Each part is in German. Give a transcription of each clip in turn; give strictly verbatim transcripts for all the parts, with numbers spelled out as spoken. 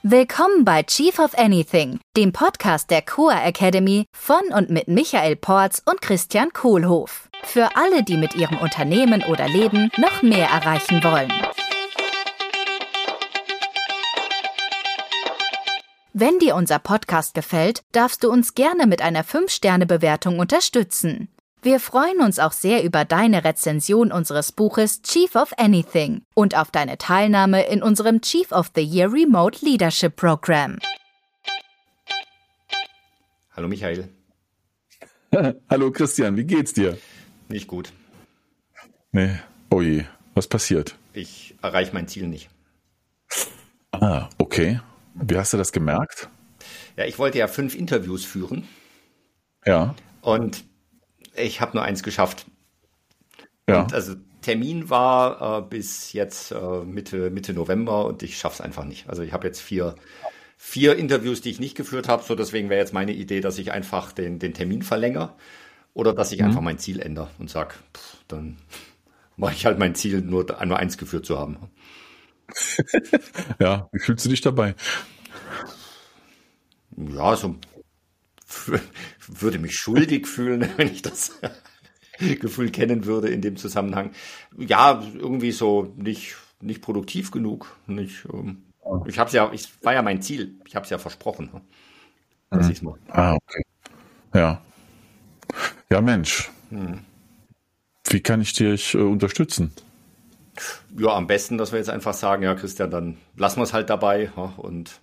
Willkommen bei Chief of Anything, dem Podcast der C O A Academy von und mit Michael Porz und Christian Kohlhoff. Für alle, die mit ihrem Unternehmen oder Leben noch mehr erreichen wollen. Wenn dir unser Podcast gefällt, darfst du uns gerne mit einer fünf Sterne Bewertung unterstützen. Wir freuen uns auch sehr über deine Rezension unseres Buches Chief of Anything und auf deine Teilnahme in unserem Chief of the Year Remote Leadership Program. Hallo Michael. Hallo Christian, wie geht's dir? Nicht gut. Nee, oh je, was passiert? Ich erreiche mein Ziel nicht. Ah, okay. Wie hast du das gemerkt? Ja, ich wollte ja fünf Interviews führen. Ja. Und ich habe nur eins geschafft. Ja. Und also Termin war äh, bis jetzt äh, Mitte, Mitte November und ich schaffe es einfach nicht. Also ich habe jetzt vier, vier Interviews, die ich nicht geführt habe. So deswegen wäre jetzt meine Idee, dass ich einfach den, den Termin verlängere oder dass ich mhm. einfach mein Ziel ändere und sage, dann mache ich halt mein Ziel, nur, nur eins geführt zu haben. Ja, wie fühlst du dich dabei? Ja, so würde mich schuldig fühlen, wenn ich das Gefühl kennen würde in dem Zusammenhang. Ja, irgendwie so nicht, nicht produktiv genug. Nicht, ähm, ich hab's ja, ich war ja mein Ziel. Ich habe es ja versprochen, dass mhm. ich's mache. Ah, okay. Ja. Ja, Mensch. Mhm. Wie kann ich dich äh, unterstützen? Ja, am besten, dass wir jetzt einfach sagen, ja, Christian, dann lassen wir es halt dabei. Ja, und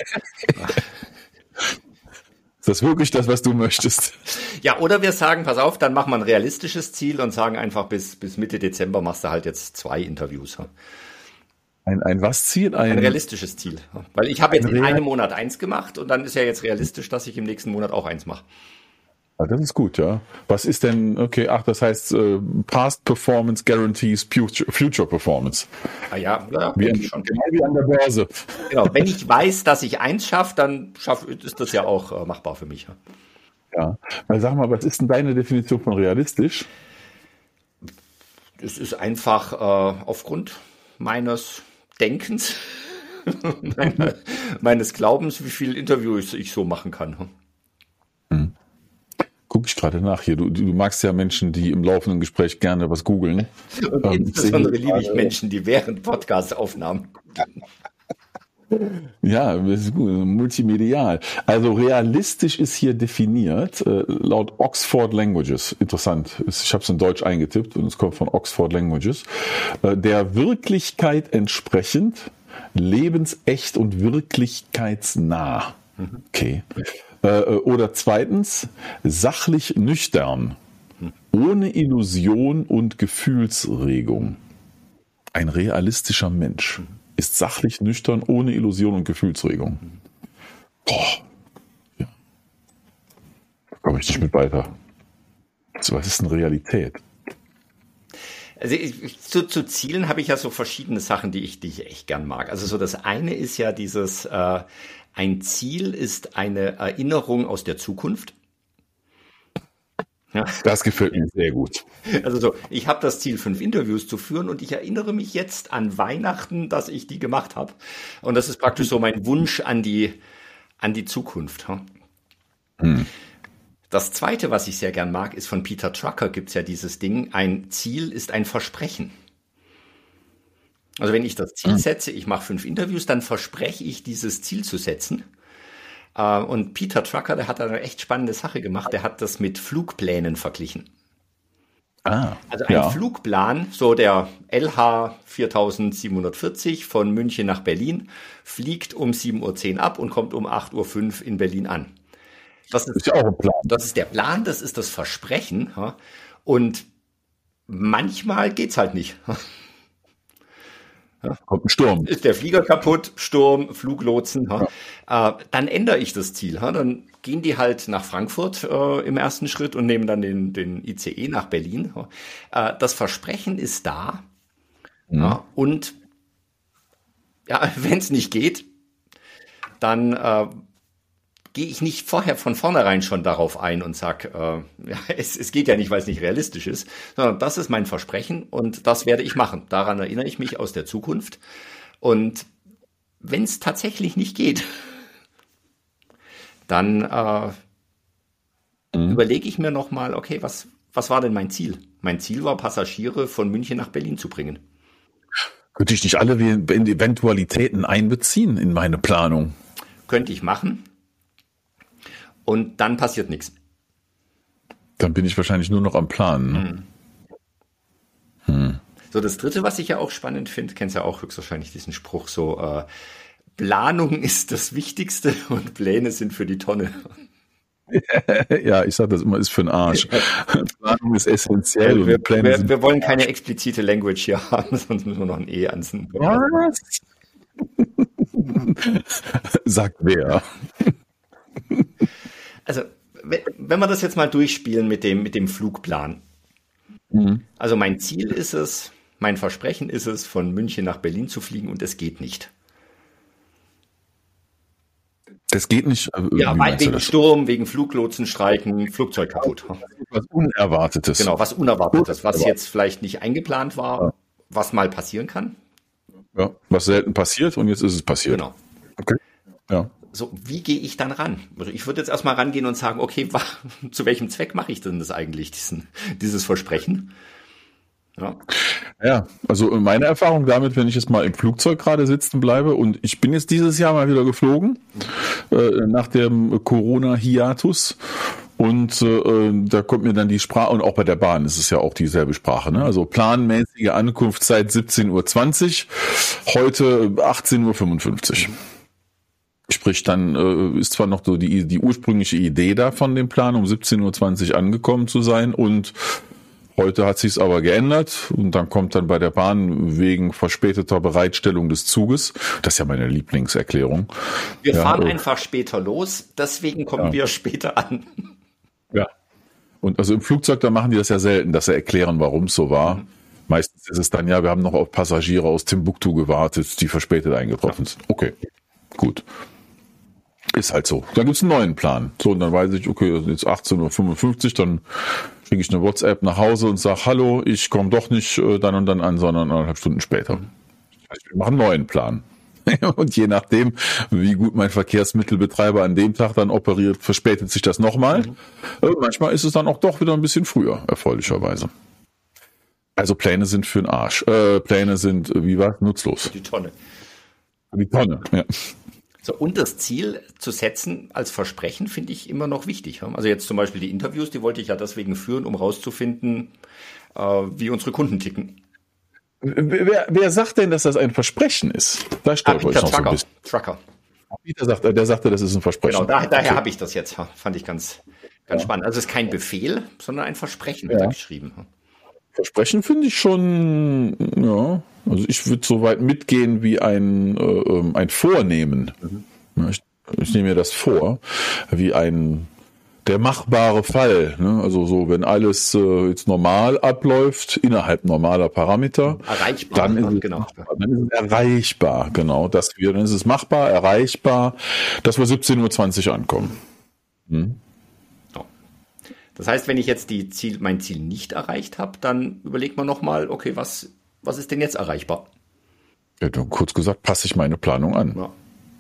ist das wirklich das, was du möchtest? Ja, oder wir sagen, pass auf, dann machen wir ein realistisches Ziel und sagen einfach, bis, bis Mitte Dezember machst du halt jetzt zwei Interviews. Ja. Ein, ein was Ziel? Ein, ein realistisches Ziel. Ja. Weil ich habe jetzt in einem Monat eins gemacht und dann ist ja jetzt realistisch, dass ich im nächsten Monat auch eins mache. Ah, das ist gut, ja. Was ist denn, okay, ach, das heißt äh, Past Performance Guarantees Future, Future Performance. Ah ja, ja wie, an, schon. Genau wie an der Börse. Genau, wenn ich weiß, dass ich eins schaffe, dann schaff, ist das ja auch äh, machbar für mich. Ja. Ja, weil sag mal, was ist denn deine Definition von realistisch? Es ist einfach äh, aufgrund meines Denkens, meine, meines Glaubens, wie viele Interviews ich so machen kann. Hm. Gucke ich gerade nach hier. Du, du magst ja Menschen, die im laufenden Gespräch gerne was googeln. Und ähm, insbesondere liebe ich Menschen, die während Podcast-Aufnahmen googeln. Ja, das ist gut, multimedial. Also realistisch ist hier definiert äh, laut Oxford Languages. Interessant. Ich habe es in Deutsch eingetippt und es kommt von Oxford Languages. Äh, der Wirklichkeit entsprechend, lebensecht und wirklichkeitsnah. Okay. Äh, oder zweitens, sachlich nüchtern, ohne Illusion und Gefühlsregung. Ein realistischer Mensch ist sachlich nüchtern, ohne Illusion und Gefühlsregung. Boah. Ja. Da komme ich nicht mit weiter. Also, was ist denn Realität? Also ich, zu, zu Zielen habe ich ja so verschiedene Sachen, die ich, die ich echt gern mag. Also so das eine ist ja dieses, äh, ein Ziel ist eine Erinnerung aus der Zukunft. Ja. Das gefällt mir sehr gut. Also so, ich habe das Ziel, fünf Interviews zu führen und ich erinnere mich jetzt an Weihnachten, dass ich die gemacht habe. Und das ist praktisch so mein Wunsch an die, an die Zukunft. Hm. Das Zweite, was ich sehr gern mag, ist von Peter Drucker, gibt's ja dieses Ding, ein Ziel ist ein Versprechen. Also wenn ich das Ziel setze, ich mache fünf Interviews, dann verspreche ich, dieses Ziel zu setzen. Und Peter Drucker, der hat eine echt spannende Sache gemacht, der hat das mit Flugplänen verglichen. Ah, also ein ja. Flugplan, so der L H viertausendsiebenhundertvierzig von München nach Berlin, fliegt um sieben Uhr zehn ab und kommt um acht Uhr fünf in Berlin an. Das ist, ist ja auch ein Plan. Das ist der Plan, das ist das Versprechen. Und manchmal geht's halt nicht. Ja, kommt ein Sturm. Ist der Flieger kaputt, Sturm, Fluglotsen. Ja. Äh, dann ändere ich das Ziel. Ha? Dann gehen die halt nach Frankfurt äh, im ersten Schritt und nehmen dann den, den I C E nach Berlin. Äh, das Versprechen ist da. Mhm. Ja, und ja, wenn es nicht geht, dann äh, gehe ich nicht vorher von vornherein schon darauf ein und sage, äh, ja, es, es geht ja nicht, weil es nicht realistisch ist, sondern das ist mein Versprechen und das werde ich machen. Daran erinnere ich mich aus der Zukunft. Und wenn es tatsächlich nicht geht, dann äh, mhm. überlege ich mir nochmal, okay, was, was war denn mein Ziel? Mein Ziel war, Passagiere von München nach Berlin zu bringen. Könnte ich nicht alle Eventualitäten einbeziehen in meine Planung? Könnte ich machen. Und dann passiert nichts. Dann bin ich wahrscheinlich nur noch am Planen. Ne? Hm. Hm. So, das Dritte, was ich ja auch spannend finde, kennst ja auch höchstwahrscheinlich diesen Spruch, so äh, Planung ist das Wichtigste und Pläne sind für die Tonne. Ja, ich sage das immer, ist für den Arsch. Planung ist essentiell. Wir, wir, wir, wir wollen keine explizite Language hier haben, sonst müssen wir noch ein E anziehen. Was? Sagt wer? Also, wenn, wenn wir das jetzt mal durchspielen mit dem, mit dem Flugplan. Mhm. Also mein Ziel ist es, mein Versprechen ist es, von München nach Berlin zu fliegen und es geht nicht. Das geht nicht. Ja, weil wegen Sturm, wegen Fluglotsenstreiken, Flugzeug kaputt. Was Unerwartetes. Genau, was Unerwartetes, was jetzt vielleicht nicht eingeplant war, ja. was mal passieren kann. Ja, was selten passiert und jetzt ist es passiert. Genau. Okay. Ja. So, wie gehe ich dann ran? Also ich würde jetzt erstmal rangehen und sagen, okay, wa- zu welchem Zweck mache ich denn das eigentlich, diesen, dieses Versprechen? Ja. Ja, also meine Erfahrung damit, wenn ich jetzt mal im Flugzeug gerade sitzen bleibe und ich bin jetzt dieses Jahr mal wieder geflogen, äh, nach dem Corona-Hiatus und äh, da kommt mir dann die Sprache, und auch bei der Bahn ist es ja auch dieselbe Sprache, ne? Also planmäßige Ankunftszeit siebzehn Uhr zwanzig, heute achtzehn Uhr fünfundfünfzig. Sprich, dann äh, ist zwar noch so die, die ursprüngliche Idee da von dem Plan, um siebzehn Uhr zwanzig angekommen zu sein, und heute hat sich's aber geändert und dann kommt dann bei der Bahn wegen verspäteter Bereitstellung des Zuges, das ist ja meine Lieblingserklärung. Wir ja, fahren äh, einfach später los, deswegen kommen ja. wir später an. Ja. Und also im Flugzeug, da machen die das ja selten, dass sie erklären, warum es so war. Mhm. Meistens ist es dann, ja, wir haben noch auf Passagiere aus Timbuktu gewartet, die verspätet eingetroffen sind. Okay, gut. Ist halt so. Dann gibt's einen neuen Plan. So, und dann weiß ich, okay, jetzt achtzehn Uhr fünfundfünfzig, dann schicke ich eine WhatsApp nach Hause und sage, hallo, ich komme doch nicht äh, dann und dann an, sondern eineinhalb Stunden später. Ich mache einen neuen Plan. Und je nachdem, wie gut mein Verkehrsmittelbetreiber an dem Tag dann operiert, verspätet sich das nochmal. Mhm. Äh, manchmal ist es dann auch doch wieder ein bisschen früher, erfreulicherweise. Also Pläne sind für den Arsch. Äh, Pläne sind, wie war nutzlos. Die Tonne. Die Tonne, ja. So, und das Ziel zu setzen als Versprechen finde ich immer noch wichtig. Also jetzt zum Beispiel die Interviews, die wollte ich ja deswegen führen, um rauszufinden, äh, wie unsere Kunden ticken. Wer, wer sagt denn, dass das ein Versprechen ist? Da stört ah, euch noch Trucker. so ein bisschen. Trucker. Peter sagt, der sagte, das ist ein Versprechen. Genau, da, daher okay. habe ich das jetzt. Fand ich ganz, ganz ja. spannend. Also es ist kein Befehl, sondern ein Versprechen, ja. wird da geschrieben. Versprechen finde ich schon, ja, also ich würde so weit mitgehen wie ein, äh, ein Vornehmen. Mhm. Ich, ich nehme mir das vor, wie ein der machbare Fall. Ne? Also so, wenn alles äh, jetzt normal abläuft, innerhalb normaler Parameter, erreichbar, dann ist, es, genau. dann ist es erreichbar, genau, dass wir, dann ist es machbar, erreichbar, dass wir siebzehn Uhr zwanzig ankommen. Hm? Das heißt, wenn ich jetzt die Ziel, mein Ziel nicht erreicht habe, dann überlegt man nochmal, okay, was, was ist denn jetzt erreichbar? Ja, kurz gesagt, passe ich meine Planung an. Ja.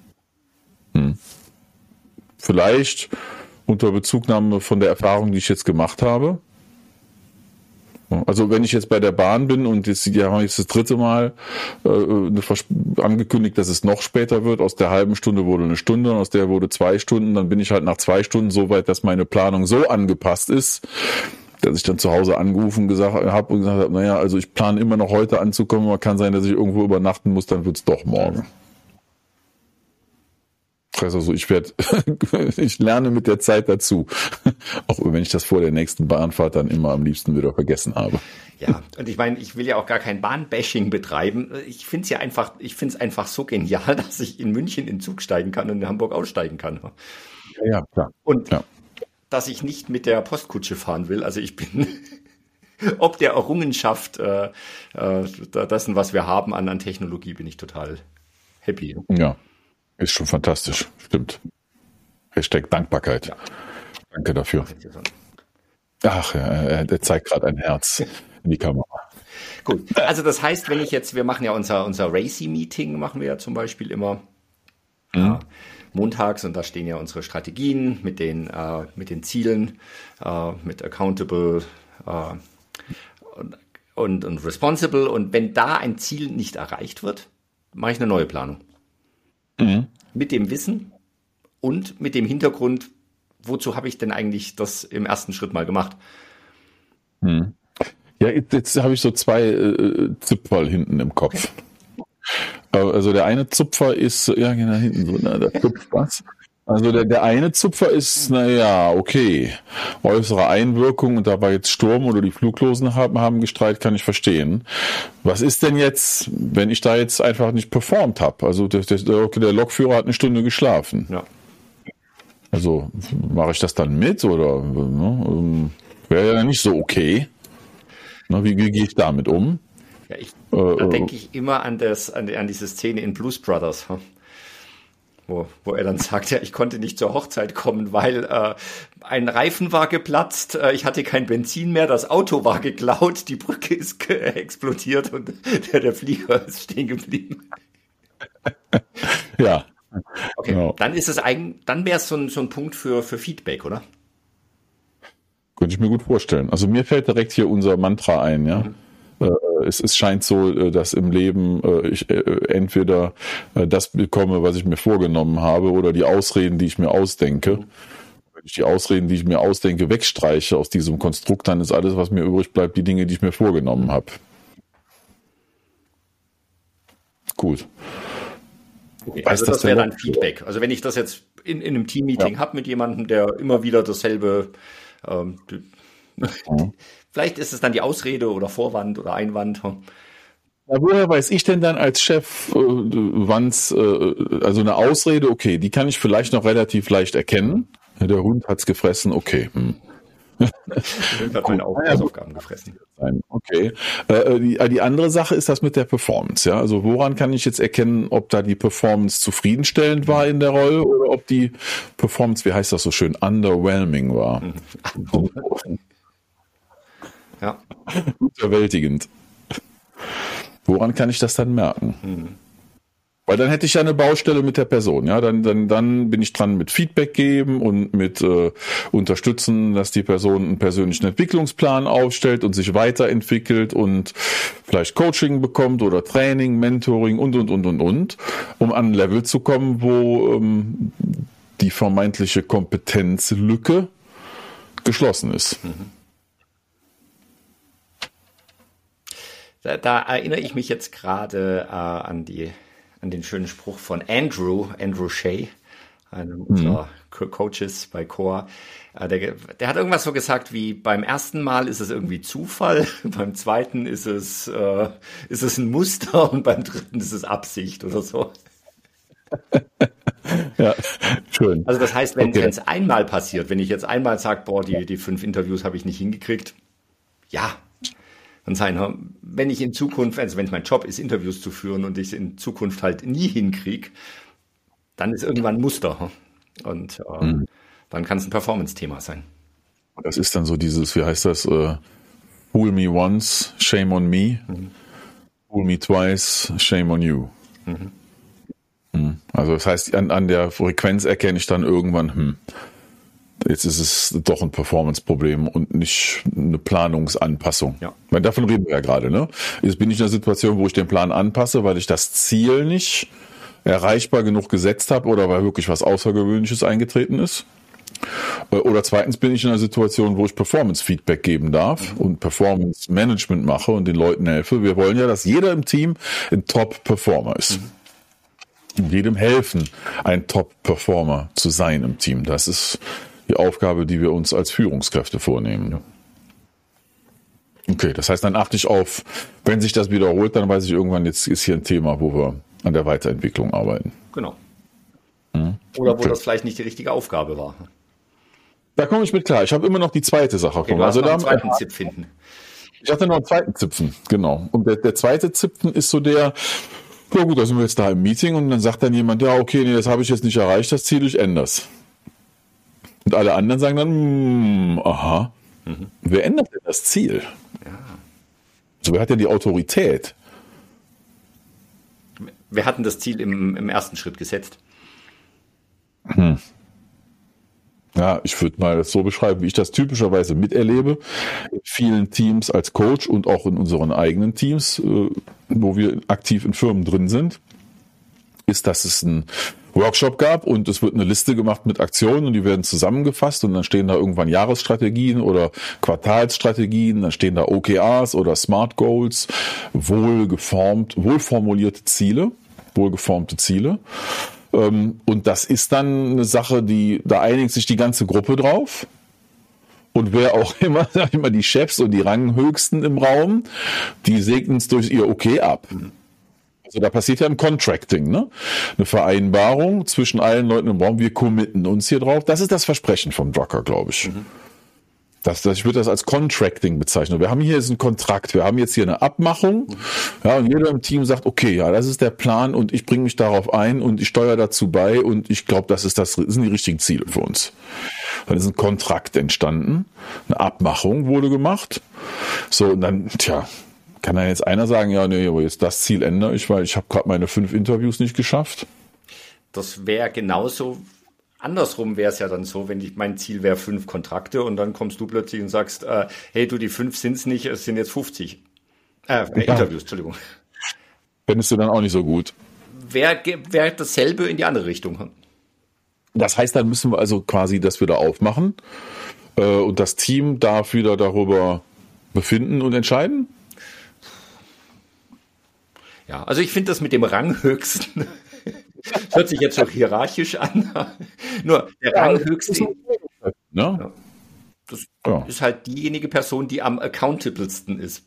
Hm. Vielleicht unter Bezugnahme von der Erfahrung, die ich jetzt gemacht habe. Also wenn ich jetzt bei der Bahn bin und jetzt, die haben jetzt das dritte Mal äh, eine Vers- angekündigt, dass es noch später wird, aus der halben Stunde wurde eine Stunde, aus der wurde zwei Stunden, dann bin ich halt nach zwei Stunden so weit, dass meine Planung so angepasst ist, dass ich dann zu Hause angerufen gesagt habe und gesagt habe, naja, also ich plane immer noch heute anzukommen, aber kann sein, dass ich irgendwo übernachten muss, dann wird es doch morgen. Also ich werde, ich lerne mit der Zeit dazu, auch wenn ich das vor der nächsten Bahnfahrt dann immer am liebsten wieder vergessen habe. Ja, und ich meine, ich will ja auch gar kein Bahnbashing betreiben. Ich finde es ja einfach, ich finde es einfach so genial, dass ich in München in den Zug steigen kann und in Hamburg aussteigen kann. Ja, ja klar. Und ja. dass ich nicht mit der Postkutsche fahren will. Also ich bin ob der Errungenschaft äh, äh, dessen, was wir haben an, an Technologie, bin ich total happy. Ja. Ist schon fantastisch, stimmt. Hashtag Dankbarkeit. Ja. Danke dafür. Ach, ja, der zeigt gerade ein Herz in die Kamera. Gut, also das heißt, wenn ich jetzt, wir machen ja unser, unser Racy-Meeting, machen wir ja zum Beispiel immer, mhm. äh, montags, und da stehen ja unsere Strategien mit den, äh, mit den Zielen, äh, mit Accountable äh, und, und, und Responsible. Und wenn da ein Ziel nicht erreicht wird, mache ich eine neue Planung. Mhm. Mit dem Wissen und mit dem Hintergrund, wozu habe ich denn eigentlich das im ersten Schritt mal gemacht? Mhm. Ja, jetzt, jetzt habe ich so zwei äh, Zipferl hinten im Kopf. Okay. Also der eine Zupfer ist, ja genau, hinten so, na, der zupft was. Also der, der eine Zupfer ist, naja, okay, äußere Einwirkung und da war jetzt Sturm oder die Fluglosen haben, haben gestreikt, kann ich verstehen. Was ist denn jetzt, wenn ich da jetzt einfach nicht performt habe? Also der, der, der Lokführer hat eine Stunde geschlafen. Ja. Also mache ich das dann mit oder ne, wäre ja nicht so okay. Na, wie, wie gehe ich damit um? Ja, ich, äh, da denke ich immer an, das, an, an diese Szene in Blues Brothers. Wo, wo er dann sagt, ja, ich konnte nicht zur Hochzeit kommen, weil äh, ein Reifen war geplatzt, äh, ich hatte kein Benzin mehr, das Auto war geklaut, die Brücke ist ge- explodiert und der, der Flieger ist stehen geblieben. Ja. Okay, genau. Dann ist es eigentlich, dann wäre es so ein, so ein Punkt für, für Feedback, oder? Könnte ich mir gut vorstellen. Also mir fällt direkt hier unser Mantra ein, ja. Mhm. Es, es scheint so, dass im Leben ich entweder das bekomme, was ich mir vorgenommen habe, oder die Ausreden, die ich mir ausdenke. Wenn ich die Ausreden, die ich mir ausdenke, wegstreiche aus diesem Konstrukt, dann ist alles, was mir übrig bleibt, die Dinge, die ich mir vorgenommen habe. Gut. Okay, also das, das wäre dann Feedback. Also wenn ich das jetzt in, in einem Team-Meeting ja. habe mit jemandem, der immer wieder dasselbe ähm, mhm. Vielleicht ist es dann die Ausrede oder Vorwand oder Einwand. Ja, woher weiß ich denn dann als Chef, äh, wann's, äh, also eine Ausrede, okay, die kann ich vielleicht noch relativ leicht erkennen. Der Hund hat's gefressen, okay. Hm. Der Hund hat meine Hausaufgaben gefressen. Okay. Äh, die, die andere Sache ist das mit der Performance. Ja, also woran kann ich jetzt erkennen, ob da die Performance zufriedenstellend war in der Rolle oder ob die Performance, wie heißt das so schön, underwhelming war? Ja. Überwältigend. Woran kann ich das dann merken? Mhm. Weil dann hätte ich ja eine Baustelle mit der Person. Ja, dann, dann, dann bin ich dran mit Feedback geben und mit äh, unterstützen, dass die Person einen persönlichen Entwicklungsplan aufstellt und sich weiterentwickelt und vielleicht Coaching bekommt oder Training, Mentoring und, und, und, und, und, um an ein Level zu kommen, wo ähm, die vermeintliche Kompetenzlücke geschlossen ist. Mhm. Da, da erinnere ich mich jetzt gerade äh, an die, an den schönen Spruch von Andrew, Andrew Shea, einem mhm. unserer Co- Coaches bei Core. Äh, der, der hat irgendwas so gesagt wie, beim ersten Mal ist es irgendwie Zufall, beim zweiten ist es, äh, ist es ein Muster und beim dritten ist es Absicht oder so. Ja, schön. Also das heißt, wenn es okay. einmal passiert, wenn ich jetzt einmal sage, boah, die, die fünf Interviews habe ich nicht hingekriegt, ja, dann sein, wenn ich in Zukunft, also wenn es mein Job ist, Interviews zu führen und ich es in Zukunft halt nie hinkriege, dann ist irgendwann ein Muster. Und äh, mhm. dann kann es ein Performance-Thema sein. Das ist dann so dieses, wie heißt das, uh, fool me once, shame on me, mhm. fool me twice, shame on you. Mhm. Mhm. Also das heißt, an, an der Frequenz erkenne ich dann irgendwann, hm, jetzt ist es doch ein Performance-Problem und nicht eine Planungsanpassung. Ja. Weil davon reden wir ja gerade, ne? Jetzt bin ich in einer Situation, wo ich den Plan anpasse, weil ich das Ziel nicht erreichbar genug gesetzt habe oder weil wirklich was Außergewöhnliches eingetreten ist. Oder zweitens bin ich in einer Situation, wo ich Performance-Feedback geben darf mhm. und Performance-Management mache und den Leuten helfe. Wir wollen ja, dass jeder im Team ein Top-Performer ist. Mhm. Und jedem helfen, ein Top-Performer zu sein im Team. Das ist die Aufgabe, die wir uns als Führungskräfte vornehmen. Ja. Okay, das heißt, dann achte ich auf, wenn sich das wiederholt, dann weiß ich irgendwann, jetzt ist hier ein Thema, wo wir an der Weiterentwicklung arbeiten. Genau. Hm? Oder wo okay. das vielleicht nicht die richtige Aufgabe war. Da komme ich mit klar. Ich habe immer noch die zweite Sache. Okay, du hast also noch einen da, zweiten Zip finden. Ich hatte noch einen zweiten Zipfen, genau. Und der, der zweite Zipfen ist so der, ja gut, da sind wir jetzt da im Meeting und dann sagt dann jemand, ja okay, nee, das habe ich jetzt nicht erreicht, das Ziel, ich ändere es. Und alle anderen sagen dann, hm, aha, mhm. wer ändert denn das Ziel? Ja. Also wer hat denn die Autorität? Wir hatten das Ziel im, im ersten Schritt gesetzt. Hm. Ja, ich würde mal das so beschreiben, wie ich das typischerweise miterlebe in vielen Teams als Coach und auch in unseren eigenen Teams, wo wir aktiv in Firmen drin sind, ist, dass es einen Workshop gab und es wird eine Liste gemacht mit Aktionen und die werden zusammengefasst und dann stehen da irgendwann Jahresstrategien oder Quartalsstrategien, dann stehen da O K Rs oder Smart Goals, wohlgeformt, wohlformulierte Ziele, wohlgeformte Ziele. Und das ist dann eine Sache, die, da einigt sich die ganze Gruppe drauf. Und wer auch immer, sag ich mal, die Chefs und die Ranghöchsten im Raum, die segnen es durch ihr Okay ab. Also da passiert ja im Contracting, ne? Eine Vereinbarung zwischen allen Leuten im Raum, wir committen uns hier drauf. Das ist das Versprechen vom Drucker, glaube ich. Mhm. Das, das, ich würde das als Contracting bezeichnen. Wir haben hier jetzt einen Kontrakt, wir haben jetzt hier eine Abmachung, ja, und jeder im Team sagt, okay, ja, das ist der Plan und ich bringe mich darauf ein und ich steuere dazu bei und ich glaube, das ist das, das sind die richtigen Ziele für uns. Dann ist ein Kontrakt entstanden, eine Abmachung wurde gemacht, so und dann, tja, kann dann jetzt einer sagen, ja, nee, aber jetzt das Ziel ändere ich, weil ich habe gerade meine fünf Interviews nicht geschafft. Das wäre genauso. Andersrum wäre es ja dann so, wenn ich, mein Ziel wäre fünf Kontrakte und dann kommst du plötzlich und sagst, äh, hey du, die fünf sind's nicht, es sind jetzt fünfzig. Äh, ja. Interviews, Entschuldigung. Fändest du dann auch nicht so gut. Wäre wär dasselbe in die andere Richtung. Das heißt, dann müssen wir also quasi das wieder aufmachen äh, und das Team darf wieder darüber befinden und entscheiden? Ja, also ich finde das mit dem Ranghöchsten... Das hört sich jetzt so hierarchisch an. Nur der ja, Ranghöchste. Ja. Ja, das ja. ist halt diejenige Person, die am accountablesten ist.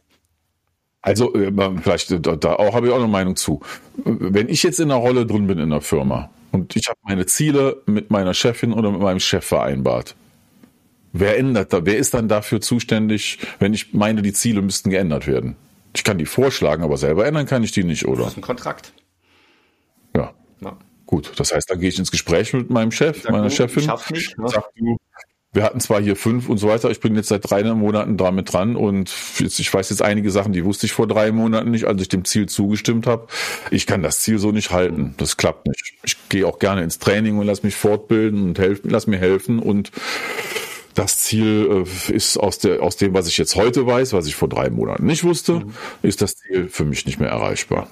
Also vielleicht da, da auch habe ich auch eine Meinung zu. Wenn ich jetzt in einer Rolle drin bin in einer Firma und ich habe meine Ziele mit meiner Chefin oder mit meinem Chef vereinbart, wer ändert da? Wer ist dann dafür zuständig, wenn ich meine, die Ziele müssten geändert werden? Ich kann die vorschlagen, aber selber ändern kann ich die nicht, oder? Das ist ein Kontrakt. Ja. ja, gut. Das heißt, dann gehe ich ins Gespräch mit meinem Chef, sag, meiner Chefin. Schaff nicht, ne? Sag du, wir hatten zwar hier fünf und so weiter, ich bin jetzt seit drei Monaten damit dran und jetzt, ich weiß jetzt einige Sachen, die wusste ich vor drei Monaten nicht, als ich dem Ziel zugestimmt habe. Ich kann das Ziel so nicht halten. Das klappt nicht. Ich gehe auch gerne ins Training und lass mich fortbilden und helfen, lass mir helfen und das Ziel äh, ist aus der, aus dem, was ich jetzt heute weiß, was ich vor drei Monaten nicht wusste, mhm. ist das Ziel für mich nicht mehr erreichbar.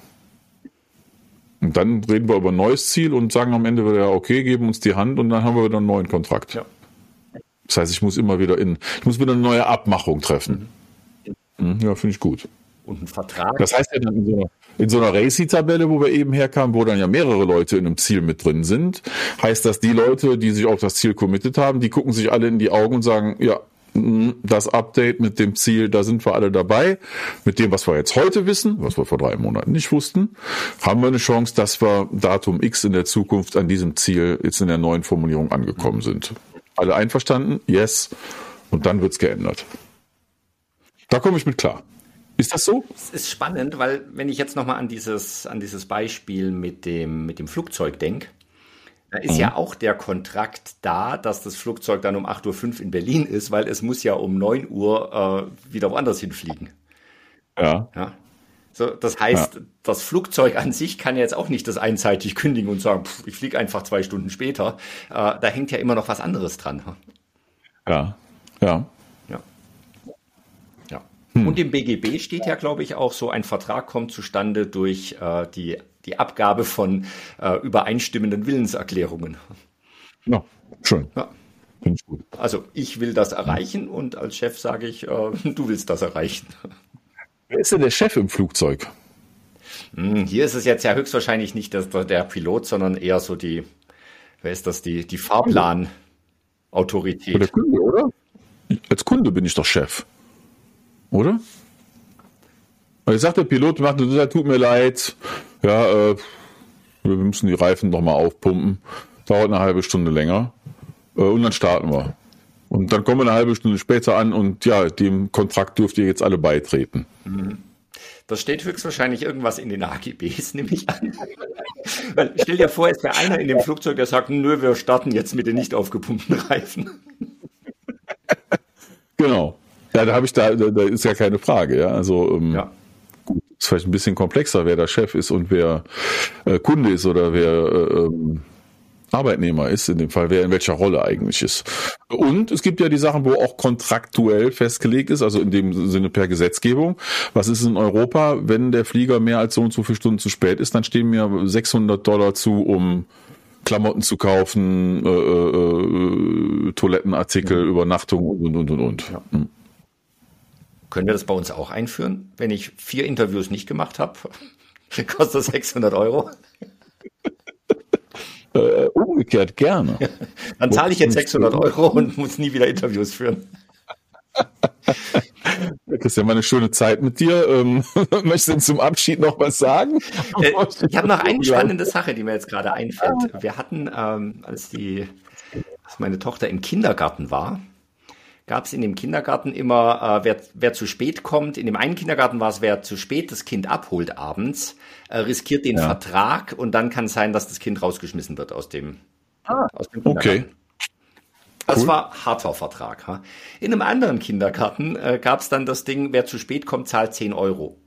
Und dann reden wir über ein neues Ziel und sagen am Ende wieder, okay, geben uns die Hand und dann haben wir wieder einen neuen Kontrakt. Ja. Das heißt, ich muss immer wieder in, ich muss wieder eine neue Abmachung treffen. Mhm. Ja, finde ich gut. Und ein Vertrag. Das heißt ja dann in so einer, in so einer Racy-Tabelle, wo wir eben herkamen, wo dann ja mehrere Leute in einem Ziel mit drin sind, heißt das, die Leute, die sich auf das Ziel committed haben, die gucken sich alle in die Augen und sagen, ja, das Update mit dem Ziel, da sind wir alle dabei. Mit dem, was wir jetzt heute wissen, was wir vor drei Monaten nicht wussten, haben wir eine Chance, dass wir Datum X in der Zukunft an diesem Ziel jetzt in der neuen Formulierung angekommen sind. Alle einverstanden? Yes. Und dann wird's geändert. Da komme ich mit klar. Ist das so? Es ist spannend, weil wenn ich jetzt nochmal an dieses, an dieses Beispiel mit dem, mit dem Flugzeug denke, da ist mhm. ja auch der Kontrakt da, dass das Flugzeug dann um acht Uhr fünf in Berlin ist, weil es muss ja um neun Uhr äh, wieder woanders hinfliegen. Ja. ja. So, das heißt, ja. das Flugzeug an sich kann ja jetzt auch nicht das einseitig kündigen und sagen, pff, ich fliege einfach zwei Stunden später. Äh, da hängt ja immer noch was anderes dran. Ja, ja. Ja. ja. Hm. Und im B G B steht ja, glaube ich, auch so, ein Vertrag kommt zustande durch äh, die die Abgabe von äh, übereinstimmenden Willenserklärungen. Ja, schön. Ja. Finde ich gut. Also ich will das erreichen und als Chef sage ich, äh, du willst das erreichen. Wer ist denn der Chef im Flugzeug? Hm, hier ist es jetzt ja höchstwahrscheinlich nicht der, der Pilot, sondern eher so die, wer ist das, die, die Fahrplanautorität. Der Kunde, oder? Als Kunde bin ich doch Chef. Oder? Jetzt sagt der Pilot, tut mir leid, ja, äh, wir müssen die Reifen nochmal aufpumpen, dauert eine halbe Stunde länger äh, und dann starten wir. Und dann kommen wir eine halbe Stunde später an und ja, dem Kontrakt dürft ihr jetzt alle beitreten. Das steht höchstwahrscheinlich irgendwas in den A G Bs, nehme ich an. Weil, stell dir vor, es wäre einer in dem Flugzeug, der sagt, nö, wir starten jetzt mit den nicht aufgepumpten Reifen. Genau. Ja, da habe ich da, da ist ja keine Frage, ja. Also ähm, ja. Gut, ist vielleicht ein bisschen komplexer, wer der Chef ist und wer äh, Kunde ist oder wer äh, ähm, Arbeitnehmer ist, in dem Fall, wer in welcher Rolle eigentlich ist. Und es gibt ja die Sachen, wo auch kontraktuell festgelegt ist, also in dem Sinne per Gesetzgebung. Was ist in Europa, wenn der Flieger mehr als so und so viele Stunden zu spät ist, dann stehen mir sechshundert Dollar zu, um Klamotten zu kaufen, äh, äh, Toilettenartikel, mhm. Übernachtung und, und, und, und. Ja. Mhm. Können wir das bei uns auch einführen? Wenn ich vier Interviews nicht gemacht habe, kostet das sechshundert Euro. Äh, umgekehrt gerne. Dann zahle ich jetzt sechshundert Euro und muss nie wieder Interviews führen. Christian, war eine schöne Zeit mit dir. Ähm, möchtest du zum Abschied noch was sagen? Äh, ich habe noch eine spannende Sache, die mir jetzt gerade einfällt. Wir hatten, ähm, als, die, als meine Tochter im Kindergarten war, gab es in dem Kindergarten immer, äh, wer, wer zu spät kommt. In dem einen Kindergarten war es, wer zu spät das Kind abholt abends, äh, riskiert den ja. Vertrag und dann kann es sein, dass das Kind rausgeschmissen wird aus dem, ah, aus dem Kindergarten. Okay. Das cool. war harter Vertrag. Ha? In einem anderen Kindergarten äh, gab es dann das Ding, wer zu spät kommt, zahlt zehn Euro.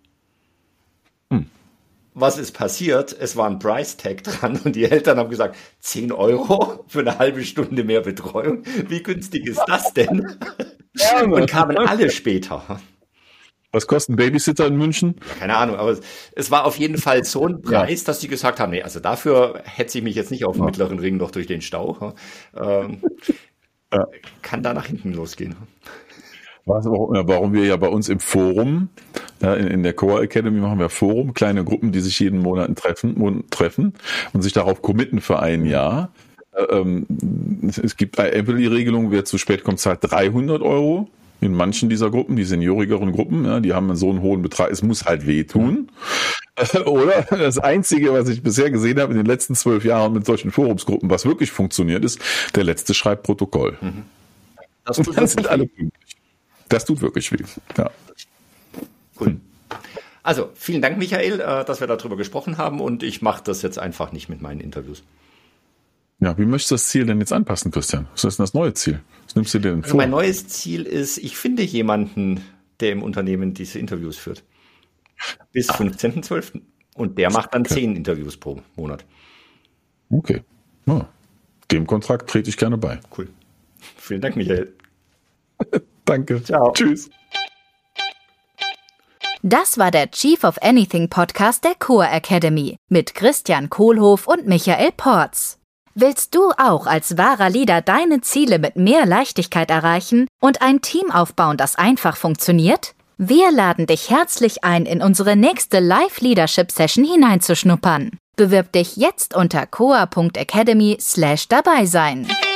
Hm. Was ist passiert? Es war ein Price-Tag dran und die Eltern haben gesagt, zehn Euro für eine halbe Stunde mehr Betreuung? Wie günstig ist das denn? Und kamen alle später. Was kostet ein Babysitter in München? Keine Ahnung, aber es, es war auf jeden Fall so ein Preis, ja. dass sie gesagt haben, nee, also dafür hetze ich mich jetzt nicht auf dem ja. mittleren Ring noch durch den Stau. Ähm, ja. Kann da nach hinten losgehen. Was, warum wir ja bei uns im Forum, ja, in, in der Core Academy machen wir Forum, kleine Gruppen, die sich jeden Monat treffen, treffen und sich darauf committen für ein Jahr. Ähm, es gibt eine Emily-Regelung, wer zu spät kommt, zahlt dreihundert Euro. In manchen dieser Gruppen, die seniorigeren Gruppen, ja, die haben so einen hohen Betrag, es muss halt wehtun. Oder das Einzige, was ich bisher gesehen habe in den letzten zwölf Jahren mit solchen Forumsgruppen, was wirklich funktioniert, ist, der letzte schreibt Protokoll. Mhm. Das tut dann sind alle pünktlich. Das tut wirklich weh. Ja. Cool. Also, vielen Dank, Michael, dass wir darüber gesprochen haben und ich mache das jetzt einfach nicht mit meinen Interviews. Ja, wie möchtest du das Ziel denn jetzt anpassen, Christian? Was ist denn das neue Ziel? Was nimmst du dir denn vor? Also mein neues Ziel ist, ich finde jemanden, der im Unternehmen diese Interviews führt. Bis fünfzehnten zwölften Und der macht dann okay. zehn Interviews pro Monat. Okay. Ja. Dem Kontrakt trete ich gerne bei. Cool. Vielen Dank, Michael. Danke. Ciao. Tschüss. Das war der Chief of Anything Podcast der Core Academy mit Christian Kohlhoff und Michael Porz. Willst du auch als wahrer Leader deine Ziele mit mehr Leichtigkeit erreichen und ein Team aufbauen, das einfach funktioniert? Wir laden dich herzlich ein, in unsere nächste Live-Leadership-Session hineinzuschnuppern. Bewirb dich jetzt unter coa punkt academy slash dabei sein.